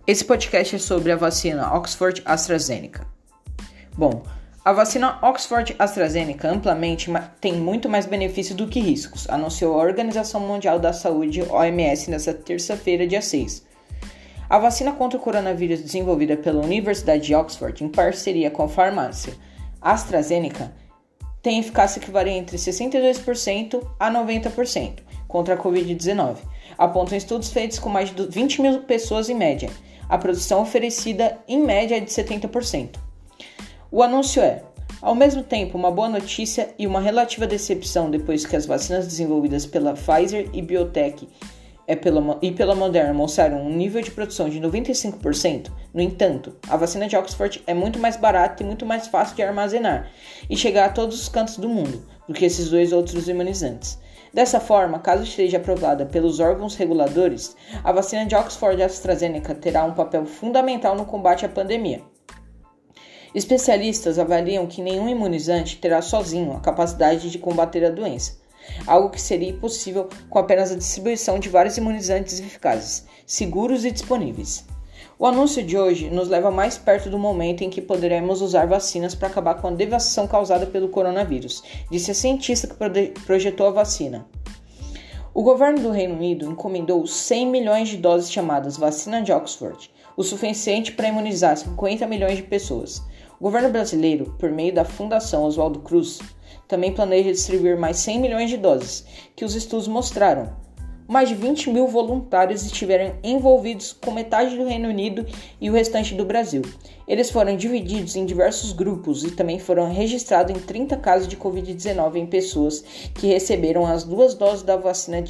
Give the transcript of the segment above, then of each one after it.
Esse podcast é sobre a vacina Oxford AstraZeneca. Bom, a vacina Oxford AstraZeneca amplamente tem muito mais benefícios do que riscos, anunciou a Organização Mundial da Saúde, OMS, nesta terça-feira, dia 6. A vacina contra o coronavírus desenvolvida pela Universidade de Oxford, em parceria com a farmácia AstraZeneca, tem eficácia que varia entre 62% a 90% contra a Covid-19, apontam estudos feitos com mais de 20 mil pessoas em média. A produção oferecida, em média, é de 70%. O anúncio é, ao mesmo tempo, uma boa notícia e uma relativa decepção depois que as vacinas desenvolvidas pela Pfizer e BioNTech e pela Moderna mostraram um nível de produção de 95%. No entanto, a vacina de Oxford é muito mais barata e muito mais fácil de armazenar e chegar a todos os cantos do mundo do que esses dois outros imunizantes. Dessa forma, caso esteja aprovada pelos órgãos reguladores, a vacina de Oxford AstraZeneca terá um papel fundamental no combate à pandemia. Especialistas avaliam que nenhum imunizante terá sozinho a capacidade de combater a doença, algo que seria impossível com apenas a distribuição de vários imunizantes eficazes, seguros e disponíveis. O anúncio de hoje nos leva mais perto do momento em que poderemos usar vacinas para acabar com a devastação causada pelo coronavírus, disse a cientista que projetou a vacina. O governo do Reino Unido encomendou 100 milhões de doses chamadas vacina de Oxford, o suficiente para imunizar 50 milhões de pessoas. O governo brasileiro, por meio da Fundação Oswaldo Cruz, também planeja distribuir mais 100 milhões de doses, que os estudos mostraram. Mais de 20 mil voluntários estiveram envolvidos, com metade do Reino Unido e o restante do Brasil. Eles foram divididos em diversos grupos e também foram registrados em 30 casos de Covid-19 em pessoas que receberam as duas doses da vacina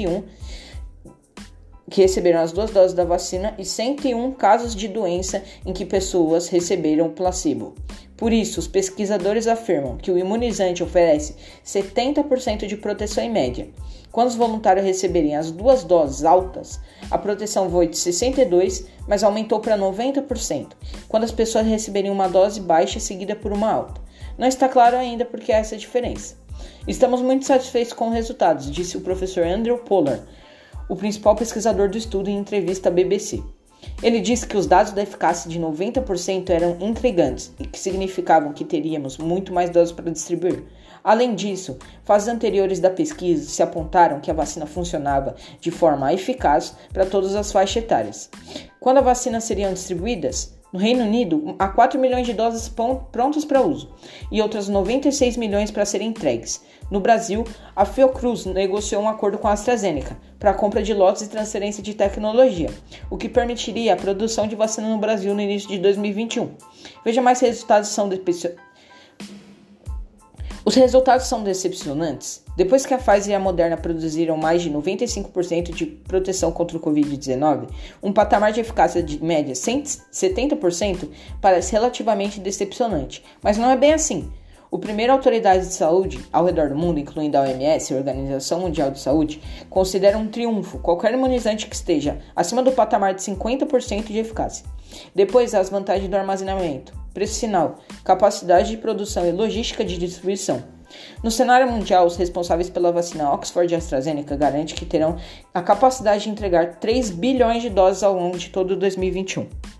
e 101 casos de doença em que pessoas receberam placebo. Por isso, os pesquisadores afirmam que o imunizante oferece 70% de proteção em média. Quando os voluntários receberem as duas doses altas, a proteção foi de 62%, mas aumentou para 90%, quando as pessoas receberem uma dose baixa seguida por uma alta. Não está claro ainda por que essa diferença. Estamos muito satisfeitos com os resultados, disse o professor Andrew Pollard, o principal pesquisador do estudo, em entrevista à BBC. Ele disse que os dados da eficácia de 90% eram intrigantes e que significavam que teríamos muito mais doses para distribuir. Além disso, fases anteriores da pesquisa se apontaram que a vacina funcionava de forma eficaz para todas as faixas etárias. Quando as vacinas seriam distribuídas? No Reino Unido, há 4 milhões de doses prontas para uso e outras 96 milhões para serem entregues. No Brasil, a Fiocruz negociou um acordo com a AstraZeneca para a compra de lotes e transferência de tecnologia, o que permitiria a produção de vacina no Brasil no início de 2021. Veja mais resultados Os resultados são decepcionantes. Depois que a Pfizer e a Moderna produziram mais de 95% de proteção contra o Covid-19, um patamar de eficácia de média 70% parece relativamente decepcionante, mas não é bem assim. O primeiro autoridade de saúde ao redor do mundo, incluindo a OMS, a Organização Mundial de Saúde, considera um triunfo qualquer imunizante que esteja acima do patamar de 50% de eficácia. Depois, as vantagens do armazenamento, preço final, capacidade de produção e logística de distribuição. No cenário mundial, os responsáveis pela vacina Oxford AstraZeneca garantem que terão a capacidade de entregar 3 bilhões de doses ao longo de todo 2021.